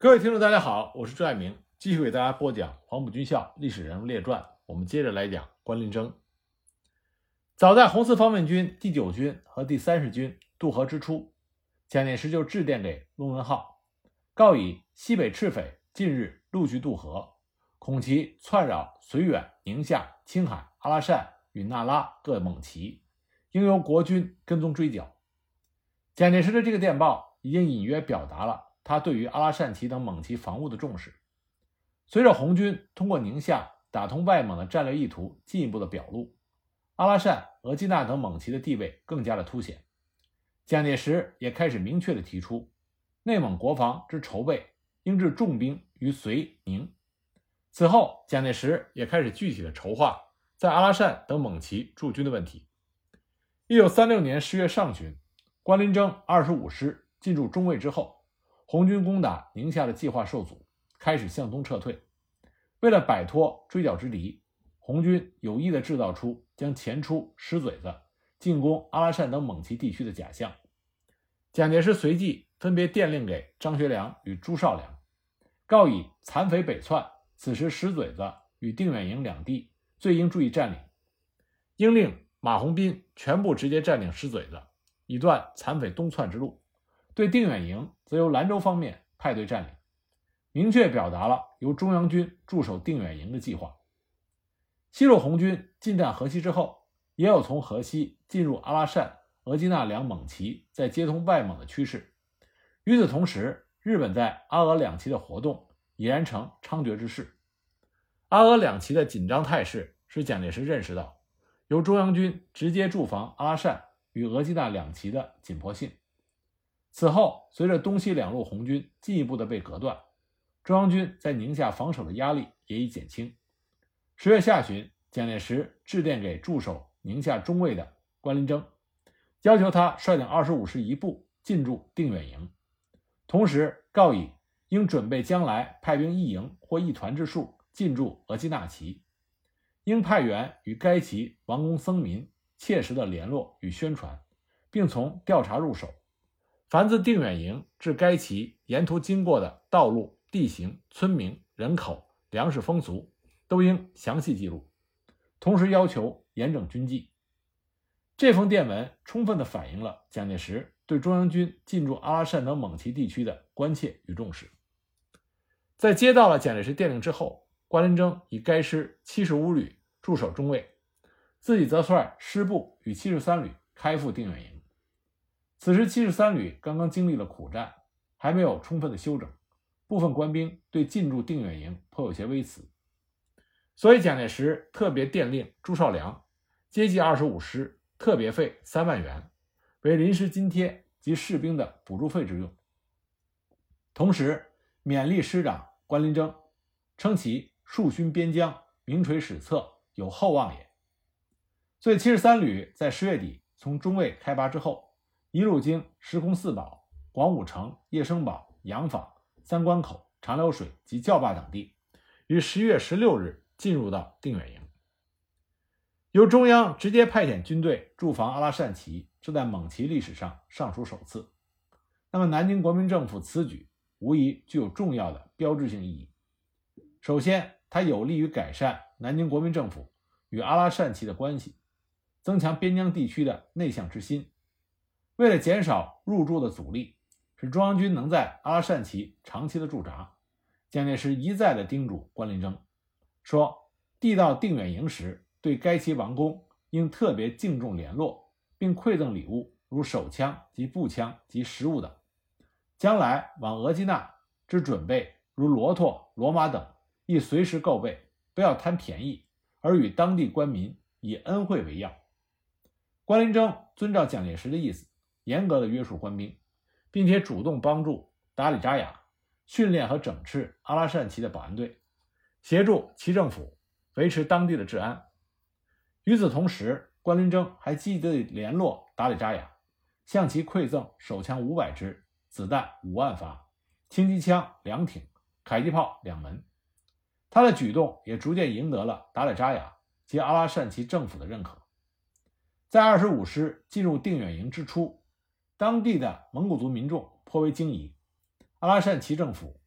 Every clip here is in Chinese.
各位听众，大家好，我是朱爱明，继续为大家播讲黄埔军校历史人物列传。我们接着来讲关麟征。早在红四方面军第9军和第30军渡河之初，蒋介石就致电给陆文浩，告以西北赤匪近日陆续渡河，恐其窜扰绥远、宁夏、青海、阿拉善与那拉各蒙旗，应由国军跟踪追剿。蒋介石的这个电报已经隐约表达了他对于阿拉善旗等蒙旗防务的重视。随着红军通过宁夏打通外蒙的战略意图进一步的表露，阿拉善、额济纳等蒙旗的地位更加的凸显。蒋介石也开始明确地提出，内蒙国防之筹备应置重兵于绥宁。此后，蒋介石也开始具体的筹划在阿拉善等蒙旗驻军的问题。1936年10月上旬，关麟征25师进驻中卫之后，红军攻打宁夏的计划受阻，开始向东撤退。为了摆脱追剿之敌，红军有意地制造出将前出石嘴子进攻阿拉善等蒙旗地区的假象。蒋介石随即分别电令给张学良与朱绍良，告以残匪北窜，此时石嘴子与定远营两地最应注意占领，应令马鸿宾全部直接占领石嘴子，以断残匪东窜之路，对定远营则由兰州方面派队占领，明确表达了由中央军驻守定远营的计划。西路红军进占河西之后，也有从河西进入阿拉善、额济纳两蒙旗在接通外蒙的趋势。与此同时，日本在阿俄两旗的活动已然成猖獗之势。阿俄两旗的紧张态势使蒋介石认识到由中央军直接驻防阿拉善与额济纳两旗的紧迫性。此后，随着东西两路红军进一步的被隔断，中央军在宁夏防守的压力也已减轻。10月下旬，蒋介石致电给驻守宁夏中卫的关麟征，要求他率领25师一部进驻定远营，同时告以应准备将来派兵一营或一团之数进驻额济纳旗，应派员与该旗王公僧民切实的联络与宣传，并从调查入手，凡自定远营至该旗沿途经过的道路、地形、村民、人口、粮食风俗都应详细记录，同时要求严整军纪。这封电文充分地反映了蒋介石对中央军进驻阿拉善等蒙旗地区的关切与重视。在接到了蒋介石电令之后，关麟征以该师75旅驻守中卫，自己则率师部与73旅开赴定远营。此时73旅刚刚经历了苦战，还没有充分的休整，部分官兵对进驻定远营颇有些微词，所以蒋介石特别电令朱绍良接济25师特别费3万元，为临时津贴及士兵的补助费之用，同时勉励师长关麟征，称其戍勋边疆，名垂史册，有厚望也。所以73旅在10月底从中卫开拔之后，一路经石空四堡、广武城、叶生堡、洋坊、三关口、长辽水及教坝等地，于11月16日进入到定远营。由中央直接派遣军队驻防阿拉善旗，这在蒙旗历史上尚属首次。那么南京国民政府此举无疑具有重要的标志性意义。首先，它有利于改善南京国民政府与阿拉善旗的关系，增强边疆地区的内向之心。为了减少入驻的阻力，使中央军能在阿拉善旗长期的驻扎，蒋介石一再的叮嘱关麟征说，递到定远营时，对该旗王公应特别敬重联络，并馈赠礼物，如手枪及步枪及食物等。将来往额济纳之准备，如骡驼、骡马等，亦随时购备，不要贪便宜，而与当地官民以恩惠为要。关麟征遵照蒋介石的意思，严格的约束官兵，并且主动帮助达里扎雅训练和整治阿拉善旗的保安队，协助旗政府维持当地的治安。与此同时，关麟征还积极地联络达里扎雅，向其馈赠手枪500支、子弹5万发、轻机枪2挺、迫击炮2门。他的举动也逐渐赢得了达里扎雅及阿拉善旗政府的认可。在25师进入定远营之初，当地的蒙古族民众颇为惊疑，阿拉善旗政府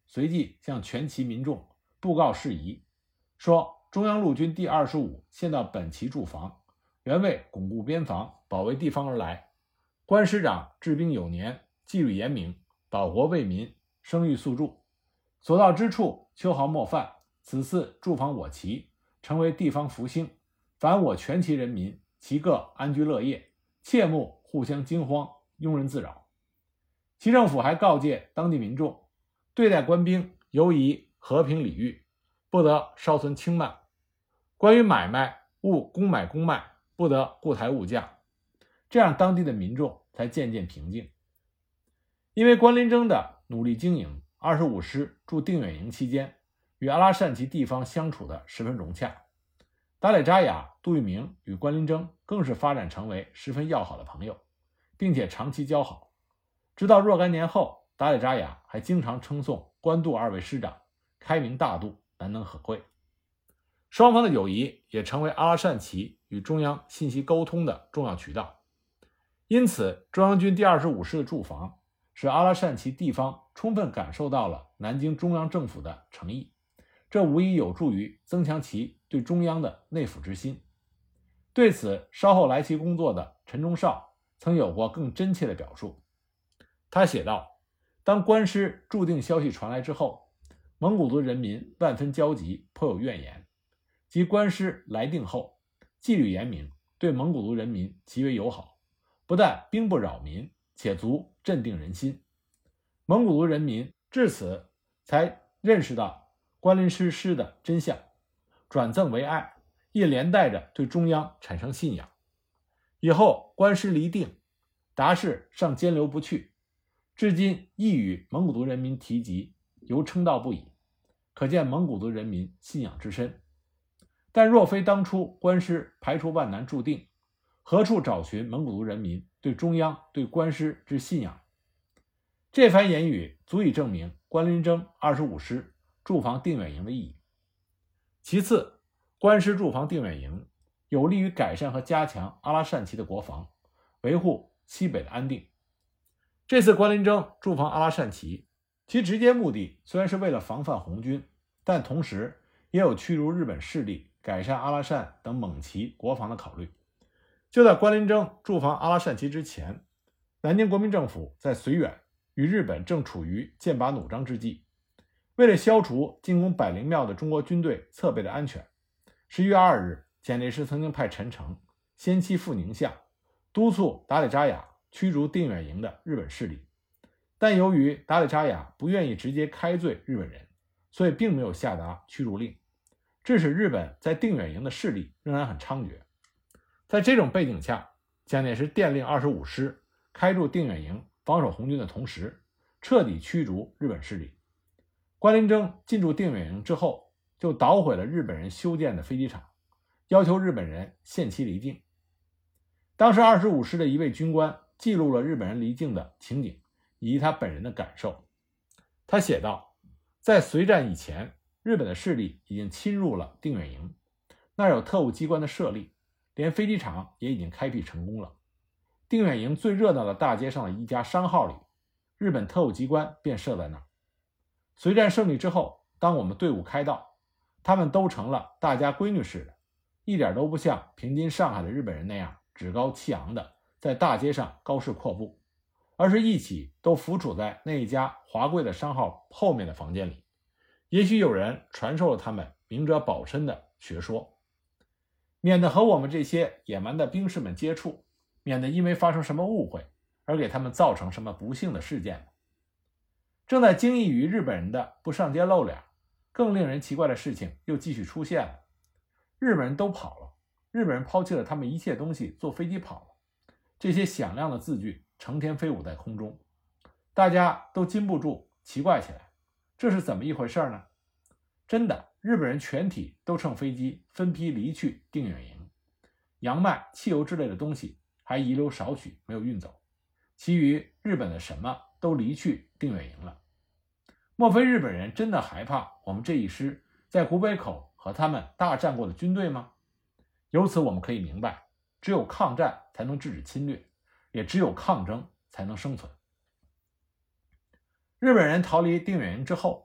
随即向全旗民众布告事宜，说中央陆军第25现到本旗驻防，原为巩固边防、保卫地方而来。关师长治兵有年，纪律严明，保国为民，声誉肃著，所到之处秋毫莫犯。此次驻防我旗，成为地方福星，凡我全旗人民，其各安居乐业，切莫互相惊慌，庸人自扰。其政府还告诫当地民众，对待官兵尤宜和平礼遇，不得稍存轻慢。关于买卖，勿公买公卖，不得故抬物价。这样当地的民众才渐渐平静。因为关麟征的努力经营，25师驻定远营期间，与阿拉善旗地方相处得十分融洽。达赖扎雅、杜聿明与关麟征更是发展成为十分要好的朋友，并且长期交好。直到若干年后，达赖扎雅还经常称颂关杜二位师长开明大度，难能可贵。双方的友谊也成为阿拉善旗与中央信息沟通的重要渠道。因此，中央军第25师的驻防使阿拉善旗地方充分感受到了南京中央政府的诚意，这无疑有助于增强其对中央的内附之心。对此，稍后来其工作的陈忠绍曾有过更真切的表述。他写道：当关师驻定消息传来之后，蒙古族人民万分焦急，颇有怨言。及关师来定后，纪律严明，对蒙古族人民极为友好，不但兵不扰民，且足镇定人心。蒙古族人民至此才认识到关麟师的真相，转赠为爱，亦连带着对中央产生信仰。以后关师离定，达氏尚坚留不去，至今亦与蒙古族人民提及，犹称道不已，可见蒙古族人民信仰之深。但若非当初关师排除万难驻定，何处找寻蒙古族人民对中央、对关师之信仰？这番言语足以证明关麟征25师驻防定远营的意义。其次，关师驻防定远营有利于改善和加强阿拉善旗的国防，维护西北的安定。这次关麟征驻防阿拉善旗，其直接目的虽然是为了防范红军，但同时也有驱逐日本势力、改善阿拉善等蒙旗国防的考虑。就在关麟征驻防阿拉善旗之前，南京国民政府在绥远与日本正处于剑拔弩张之际。为了消除进攻百灵庙的中国军队侧背的安全，11月2日，蒋介石曾经派陈诚先期赴宁夏，督促达赖扎雅驱逐定远营的日本势力。但由于达赖扎雅不愿意直接开罪日本人，所以并没有下达驱逐令，致使日本在定远营的势力仍然很猖獗。在这种背景下，蒋介石电令25师开驻定远营防守红军的同时，彻底驱逐日本势力。关麟征进驻定远营之后，就捣毁了日本人修建的飞机场，要求日本人限期离境。当时25师的一位军官记录了日本人离境的情景以及他本人的感受。他写道：在绥战以前，日本的势力已经侵入了定远营，那儿有特务机关的设立，连飞机场也已经开辟成功了。定远营最热闹的大街上的一家商号里，日本特务机关便设在那儿。绥战胜利之后，当我们队伍开道，他们都成了大家闺女似的，一点都不像平津上海的日本人那样趾高气昂的在大街上高士阔步，而是一起都伏处在那一家华贵的商号后面的房间里。也许有人传授了他们明哲保身的学说，免得和我们这些野蛮的兵士们接触，免得因为发生什么误会而给他们造成什么不幸的事件。正在惊异于日本人的不上街露脸，更令人奇怪的事情又继续出现了。日本人都跑了，日本人抛弃了他们一切东西，坐飞机跑了。这些响亮的字句成天飞舞在空中，大家都禁不住奇怪起来，这是怎么一回事呢？真的，日本人全体都乘飞机分批离去定远营，洋麦、汽油之类的东西还遗留少许没有运走，其余日本的什么都离去定远营了。莫非日本人真的害怕我们这一师在古北口和他们大战过的军队吗？由此我们可以明白，只有抗战才能制止侵略，也只有抗争才能生存。日本人逃离定远营之后，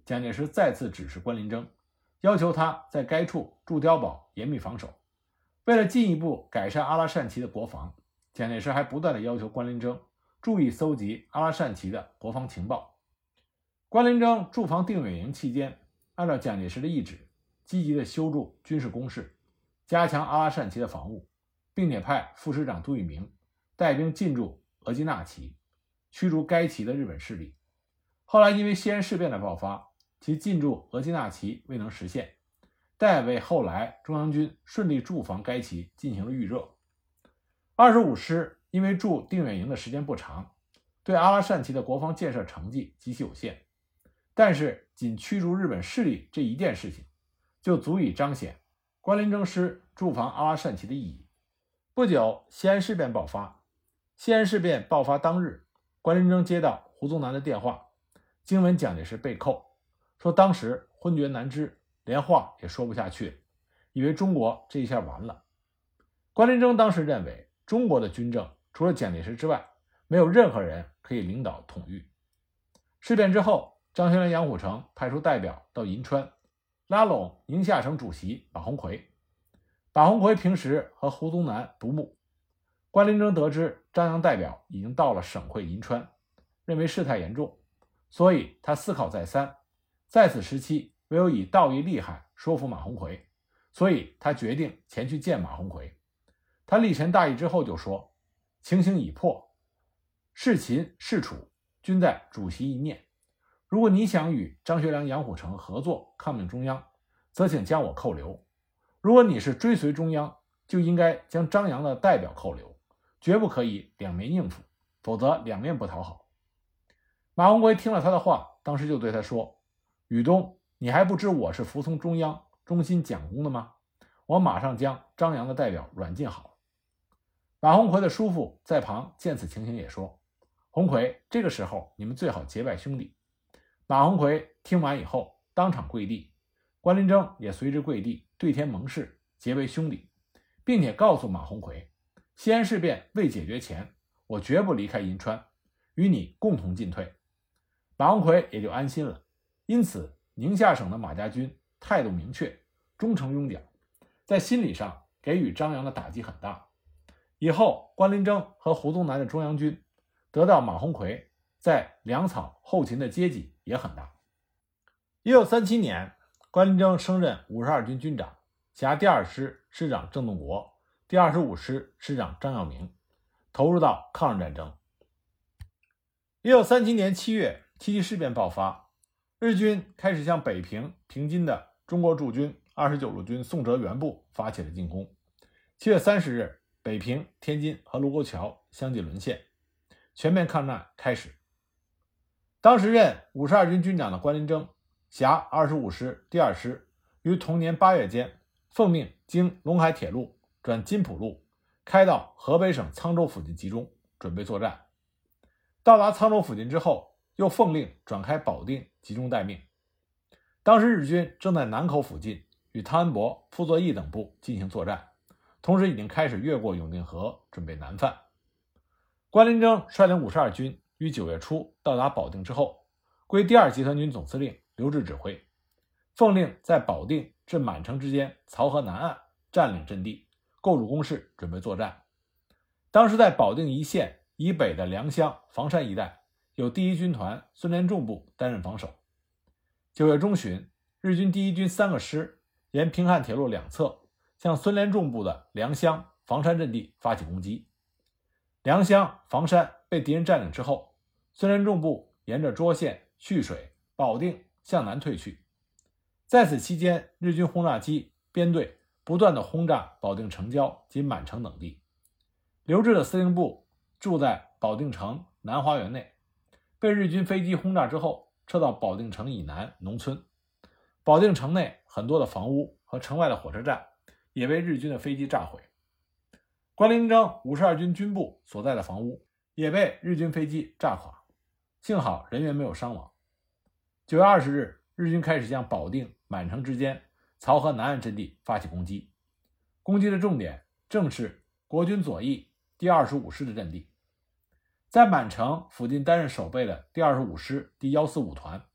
蒋介石再次指示关麟征，要求他在该处筑碉堡，严密防守。为了进一步改善阿拉善旗的国防，蒋介石还不断地要求关麟征注意搜集阿拉善旗的国防情报。关麟征驻防定远营期间，按照蒋介石的意志，积极地修筑军事工事，加强阿拉善旗的防务，并且派副师长杜聿明带兵进驻额济纳旗，驱逐该旗的日本势力。后来因为西安事变的爆发，其进驻额济纳旗未能实现，但也为后来中央军顺利驻防该旗进行了预热。25师因为驻定远营的时间不长，对阿拉善旗的国防建设成绩极其有限，但是仅驱逐日本势力这一件事情，就足以彰显关麟征师驻防阿拉善旗的意义。不久，西安事变爆发。西安事变爆发当日，关麟征接到胡宗南的电话，惊闻蒋介石被扣，说当时昏厥难支，连话也说不下去，以为中国这一下完了。关麟征当时认为，中国的军政除了蒋介石之外，没有任何人可以领导统御。事变之后，张学良、杨虎城派出代表到银川，拉拢宁夏省主席马鸿逵。马鸿逵平时和胡宗南不睦，关麟征得知张杨代表已经到了省会银川，认为事态严重，所以他思考再三，在此时期唯有以道义厉害说服马鸿逵，所以他决定前去见马鸿逵。他力陈大义之后就说，情形已迫，是秦是楚均在主席一念，如果你想与张学良、杨虎城合作抗命中央，则请将我扣留，如果你是追随中央，就应该将张杨的代表扣留，绝不可以两面应付，否则两面不讨好。马鸿逵听了他的话，当时就对他说，宇东，你还不知我是服从中央、忠心蒋公的吗？我马上将张杨的代表软禁好。马鸿逵的叔父在旁见此情形也说，鸿逵，这个时候你们最好结拜兄弟。马鸿逵听完以后当场跪地，关麟征也随之跪地，对天盟誓，结为兄弟，并且告诉马鸿逵，西安事变未解决前，我绝不离开银川，与你共同进退。马鸿逵也就安心了。因此宁夏省的马家军态度明确，忠诚拥蒋，在心理上给予张杨的打击很大。以后关麟征和胡宗南的中央军得到马鸿逵在粮草后勤的接济也很大。1937年，关麟征升任52军军长，辖第2师师长郑洞国，第25师师长张耀明，投入到抗日战争。1937年7月，七七事变爆发，日军开始向北平平津的中国驻军29路军宋哲元部发起了进攻。7月30日，北平、天津和卢沟桥相继沦陷，全面抗战开始。当时任52军军长的关麟征辖25师第2师，于同年8月间奉命经陇海铁路转津浦路，开到河北省沧州附近集中，准备作战。到达沧州附近之后，又奉令转开保定集中待命。当时日军正在南口附近与汤恩伯、傅作义等部进行作战，同时已经开始越过永定河，准备南犯。关麟征率领52军于9月初到达保定之后，归第2集团军总司令刘峙指挥，奉令在保定至满城之间漕河南岸占领阵地，构筑工事，准备作战。当时在保定一线以北的良乡、房山一带，有第1军团孙连仲部担任防守。9月中旬，日军第1军3个师沿平汉铁路两侧向孙连仲部的良乡、房山阵地发起攻击。良乡、房山被敌人占领之后，孙连仲部沿着涿县、蓄水、保定向南退去。在此期间，日军轰炸机编队不断地轰炸保定城郊及满城等地。刘峙的司令部住在保定城南花园内，被日军飞机轰炸之后，撤到保定城以南农村。保定城内很多的房屋和城外的火车站也被日军的飞机炸毁。关麟征52军军部所在的房屋也被日军飞机炸垮，幸好人员没有伤亡。9月20日，日军开始向保定、满城之间漕河南岸阵地发起攻击，攻击的重点正是国军左翼第25师的阵地。在满城附近担任守备的第25师第145团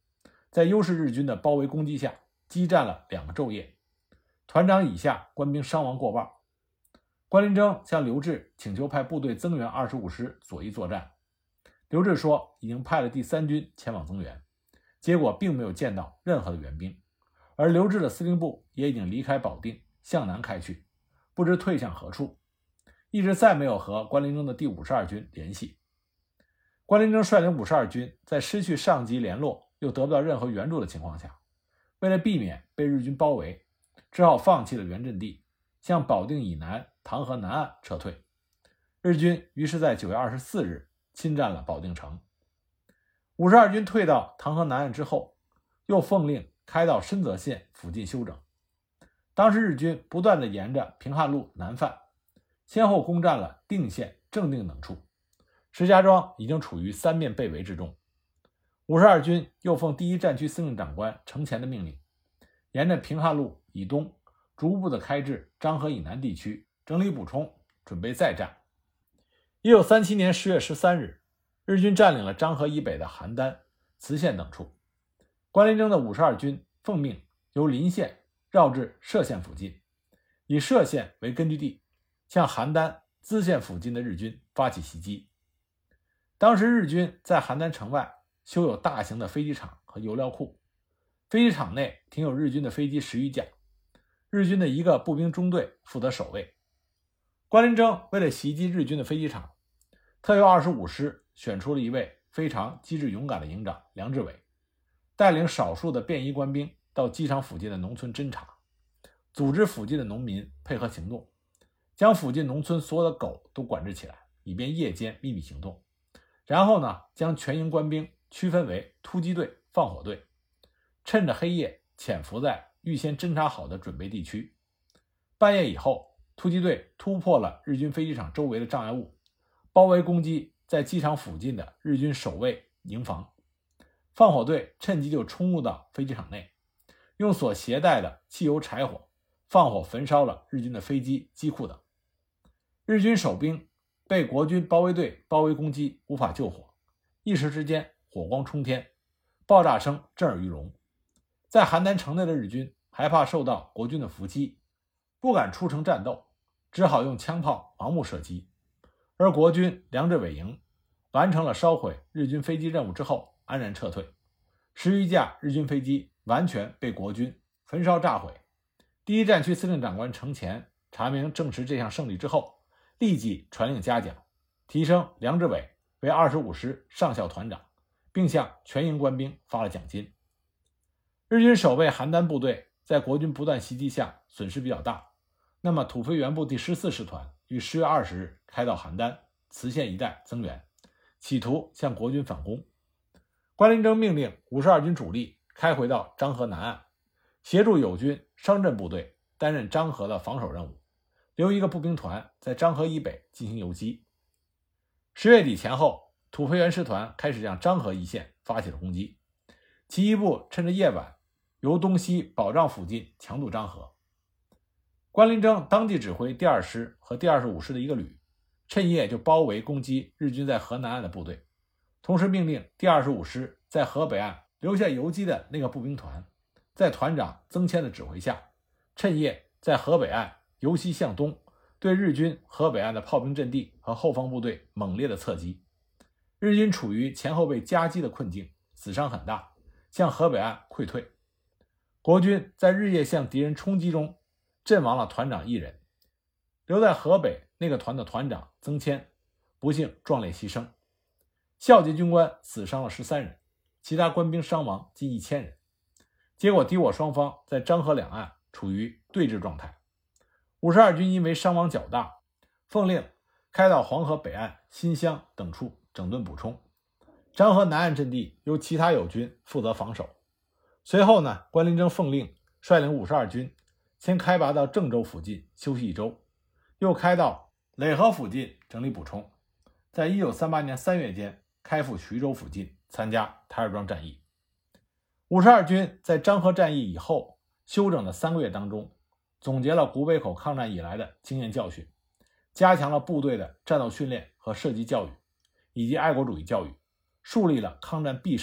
在优势日军的包围攻击下，激战了2个昼夜，团长以下官兵伤亡过半。关麟征向刘峙请求派部队增援25师左翼作战，刘峙说已经派了第3军前往增援，结果并没有见到任何的援兵，而刘峙的司令部也已经离开保定向南开去，不知退向何处，一直再没有和关麟征的第52军联系。关麟征率领52军在失去上级联络又得不到任何援助的情况下，为了避免被日军包围，只好放弃了原阵地，向保定以南唐河南岸撤退。日军于是在9月24日侵占了保定城。52军退到唐河南岸之后，又奉令开到深泽县附近休整。当时日军不断地沿着平汉路南犯，先后攻占了定县、正定等处，石家庄已经处于3面被围之中。52军又奉第1战区司令长官程潜的命令，沿着平汉路以东逐步地开至漳河以南地区，整理补充，准备再战。1937年10月13日，日军占领了漳河以北的邯郸、磁县等处。关麟征的52军奉命由临县绕至歙县附近，以歙县为根据地，向邯郸、资县附近的日军发起袭击。当时日军在邯郸城外修有大型的飞机场和油料库，飞机场内停有日军的飞机10余架，日军的一个步兵中队负责守卫。关麟征为了袭击日军的飞机场，特由25师选出了一位非常机智勇敢的营长梁志伟，带领少数的便衣官兵到机场附近的农村侦察，组织附近的农民配合行动，将附近农村所有的狗都管制起来，以便夜间秘密行动。然后呢，将全营官兵区分为突击队、放火队，趁着黑夜潜伏在预先侦察好的准备地区。半夜以后，突击队突破了日军飞机场周围的障碍物，包围攻击在机场附近的日军守卫营房。放火队趁机就冲入到飞机场内，用所携带的汽油、柴火放火焚烧了日军的飞机、机库等。日军守兵被国军包围队包围攻击，无法救火，一时之间火光冲天，爆炸声震耳欲聋。在邯郸城内的日军害怕受到国军的伏击，不敢出城战斗，只好用枪炮盲目射击。而国军梁志伟营完成了烧毁日军飞机任务之后，安然撤退。10余架日军飞机完全被国军焚烧炸毁。第1战区司令长官程潜查明证实这项胜利之后，立即传令嘉奖，提升梁志伟为25师上校团长，并向全营官兵发了奖金。日军守卫邯郸部队在国军不断袭击下损失比较大，那么土肥原部第14师团于10月20日开到邯郸、磁县一带增援，企图向国军反攻。关麟征命令52军主力开回到漳河南岸，协助友军商镇部队担任漳河的防守任务，留一个步兵团在漳河以北进行游击。10月底前后，土肥原师团开始向漳河一线发起了攻击，其一部趁着夜晚由东西保障附近强渡漳河。关麟征当即指挥第2师和第25师的一个旅，趁夜就包围攻击日军在河南岸的部队，同时命令第25师在河北岸留下游击的那个步兵团，在团长曾谦的指挥下，趁夜在河北岸由西向东，对日军河北岸的炮兵阵地和后方部队猛烈的侧击。日军处于前后被夹击的困境，死伤很大，向河北岸溃退。国军在日夜向敌人冲击中阵亡了团长1人，留在河北那个团的团长曾谦不幸壮烈牺牲，校级军官死伤了13人，其他官兵伤亡近1000人。结果敌我双方在漳河两岸处于对峙状态。52军因为伤亡较大，奉令开到黄河北岸、新乡等处整顿补充。漳河南岸阵地由其他友军负责防守。随后呢，关麟征奉令率领52军先开拔到郑州附近休息1周，又开到耒河附近整理补充，在1938年3月间开赴徐州附近参加台儿庄战役。52军在漳河战役以后休整的3个月当中，总结了古北口抗战以来的经验教训，加强了部队的战斗训练和射击教育以及爱国主义教育，树立了抗战必胜的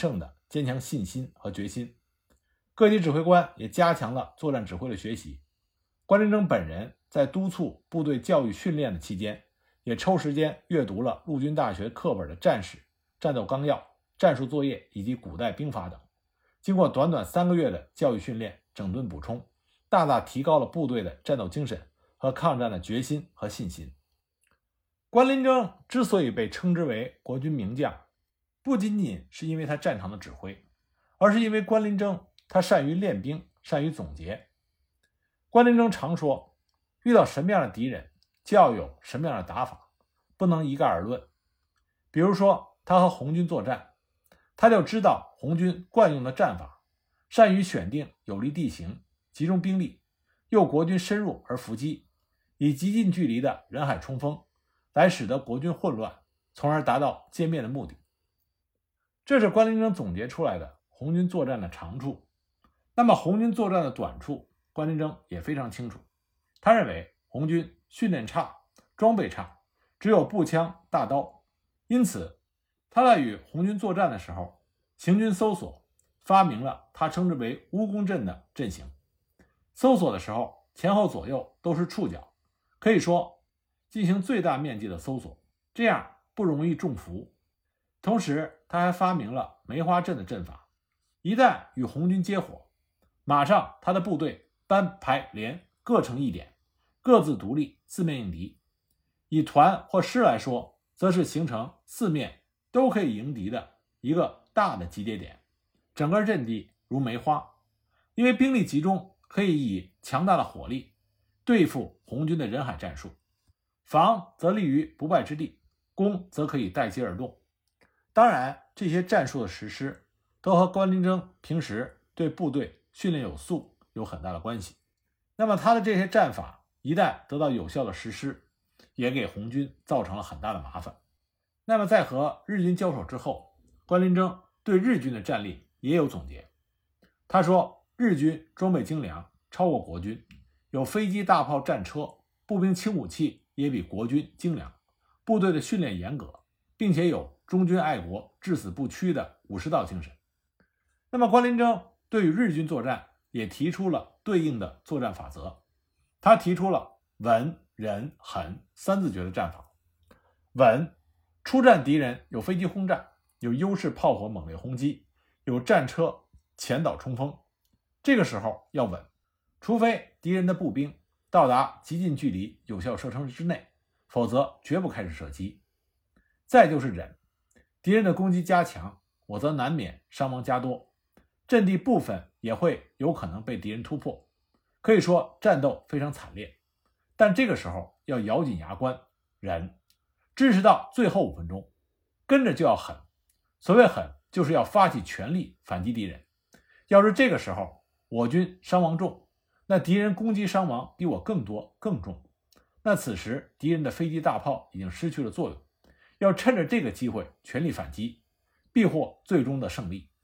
坚强信心和决心。各级指挥官也加强了作战指挥的学习。关麟征本人在督促部队教育训练的期间，也抽时间阅读了陆军大学课本的战史、战斗纲要、战术作业以及古代兵法等。经过短短3个月的教育训练、整顿补充，大大提高了部队的战斗精神和抗战的决心和信心。关麟征之所以被称之为国军名将，不仅仅是因为他战场的指挥，而是因为关麟征他善于练兵，善于总结。关麟征常说，遇到什么样的敌人，就要有什么样的打法，不能一概而论。比如说他和红军作战，他就知道红军惯用的战法，善于选定有利地形，集中兵力，诱国军深入而伏击，以极近距离的人海冲锋来使得国军混乱，从而达到歼灭的目的。这是关麟征总结出来的红军作战的长处。那么红军作战的短处，关麟征也非常清楚。他认为红军训练差，装备差，只有步枪、大刀，因此他在与红军作战的时候，行军搜索发明了他称之为蜈蚣阵的阵型。搜索的时候，前后左右都是触角，可以说进行最大面积的搜索，这样不容易中伏。同时他还发明了梅花阵的阵法，一旦与红军接火，马上他的部队班排连各成一点，各自独立，四面应敌。以团或师来说，则是形成四面都可以迎敌的一个大的集结点，整个阵地如梅花。因为兵力集中，可以以强大的火力对付红军的人海战术，防则立于不败之地，攻则可以待机而动。当然，这些战术的实施都和关麟征平时对部队训练有素有很大的关系。那么他的这些战法一旦得到有效的实施，也给红军造成了很大的麻烦。那么在和日军交手之后，关麟征对日军的战力也有总结。他说，日军装备精良，超过国军，有飞机、大炮、战车，步兵轻武器也比国军精良，部队的训练严格，并且有忠君爱国、至死不屈的武士道精神。那么关麟征对于日军作战也提出了对应的作战法则。他提出了稳、忍、狠三字诀的战法。稳，出战敌人有飞机轰炸，有优势炮火猛烈轰击，有战车前导冲锋，这个时候要稳，除非敌人的步兵到达极近距离有效射程之内，否则绝不开始射击。再就是忍，敌人的攻击加强，我则难免伤亡加多，阵地部分也会有可能被敌人突破，可以说战斗非常惨烈。但这个时候要咬紧牙关，忍，支持到最后5分钟，跟着就要狠。所谓狠，就是要发起全力反击敌人。要是这个时候我军伤亡重，那敌人攻击伤亡比我更多更重，那此时敌人的飞机大炮已经失去了作用，要趁着这个机会全力反击，必获最终的胜利。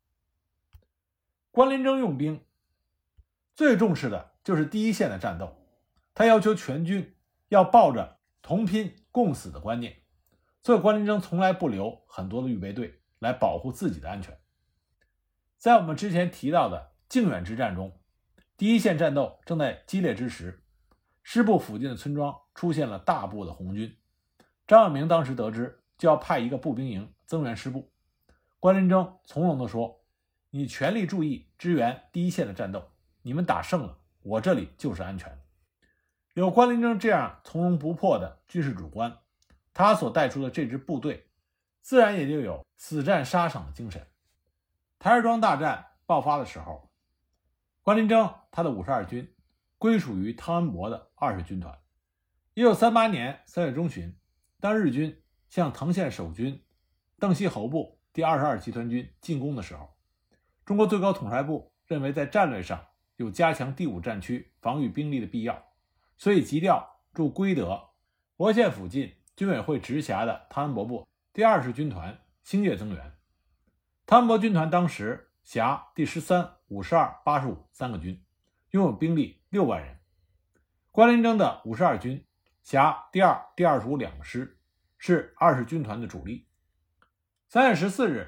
关麟征用兵最重视的就是第一线的战斗，他要求全军要抱着同拼共死的观念，所以关麟征从来不留很多的预备队来保护自己的安全。在我们之前提到的靖远之战中，第一线战斗正在激烈之时，师部附近的村庄出现了大部的红军。张耀明当时得知，就要派一个步兵营增援师部。关麟征从容地说，你全力注意支援第一线的战斗，你们打胜了，我这里就是安全的。有关麟征这样从容不迫的军事主官，他所带出的这支部队自然也就有死战沙场的精神。台儿庄大战爆发的时候，关麟征他的52军归属于汤恩伯的20军团。1938年3月中旬，当日军向藤县守军邓锡侯部第22集团军进攻的时候，中国最高统帅部认为在战略上有加强第5战区防御兵力的必要，所以急调驻归德、博县附近军委会直辖的汤恩伯部第20军团星月增援。汤恩伯军团当时辖第13、52、85三个军，拥有兵力6万人。关麟征的52军辖第2、第25两个师，是20军团的主力。3月14日，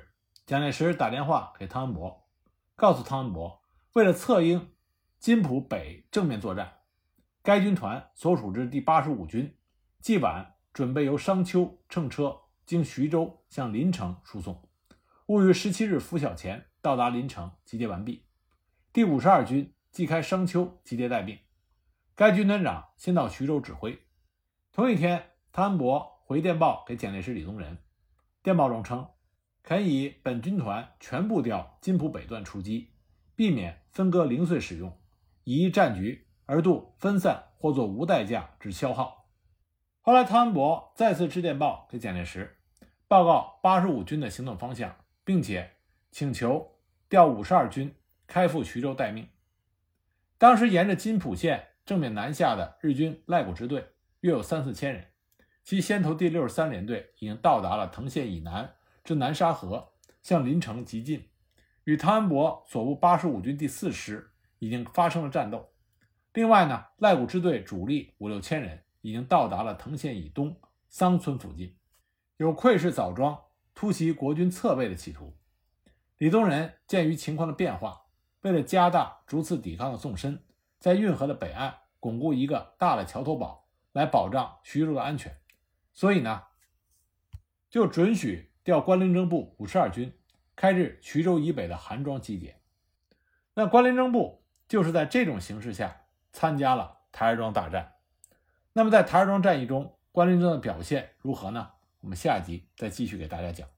蒋介石打电话给汤恩伯，告诉汤恩伯，为了策应津浦北正面作战，该军团所属之第85军既晚准备由商丘乘车经徐州向临城输送，务于17日拂晓前到达临城集结完毕。第52军即开商丘集结待命，该军团长先到徐州指挥。同一天，汤恩伯回电报给蒋介石、李宗仁，电报中称肯以本军团全部调津浦北段出击，避免分割零碎使用，以一战局而度分散或作无代价之消耗。后来汤恩伯再次致电报给蒋介石，报告85军的行动方向，并且请求调52军开赴徐州待命。当时沿着津浦线正面南下的日军赖谷支队约有3、4千人，其先头第63联队已经到达了藤县以南至南沙河，向临城急进，与汤恩伯所部85军第4师已经发生了战斗。另外呢，赖谷支队主力5、6千人已经到达了藤县以东桑村附近，有窥视枣庄、突袭国军侧背的企图。李宗仁鉴于情况的变化，为了加大逐次抵抗的纵深，在运河的北岸巩固一个大的桥头堡，来保障徐州的安全，所以呢，就准许调关麟征部52军开至徐州以北的韩庄集结。那关麟征部就是在这种形势下参加了台儿庄大战。那么在台儿庄战役中，关麟征的表现如何呢？我们下集再继续给大家讲。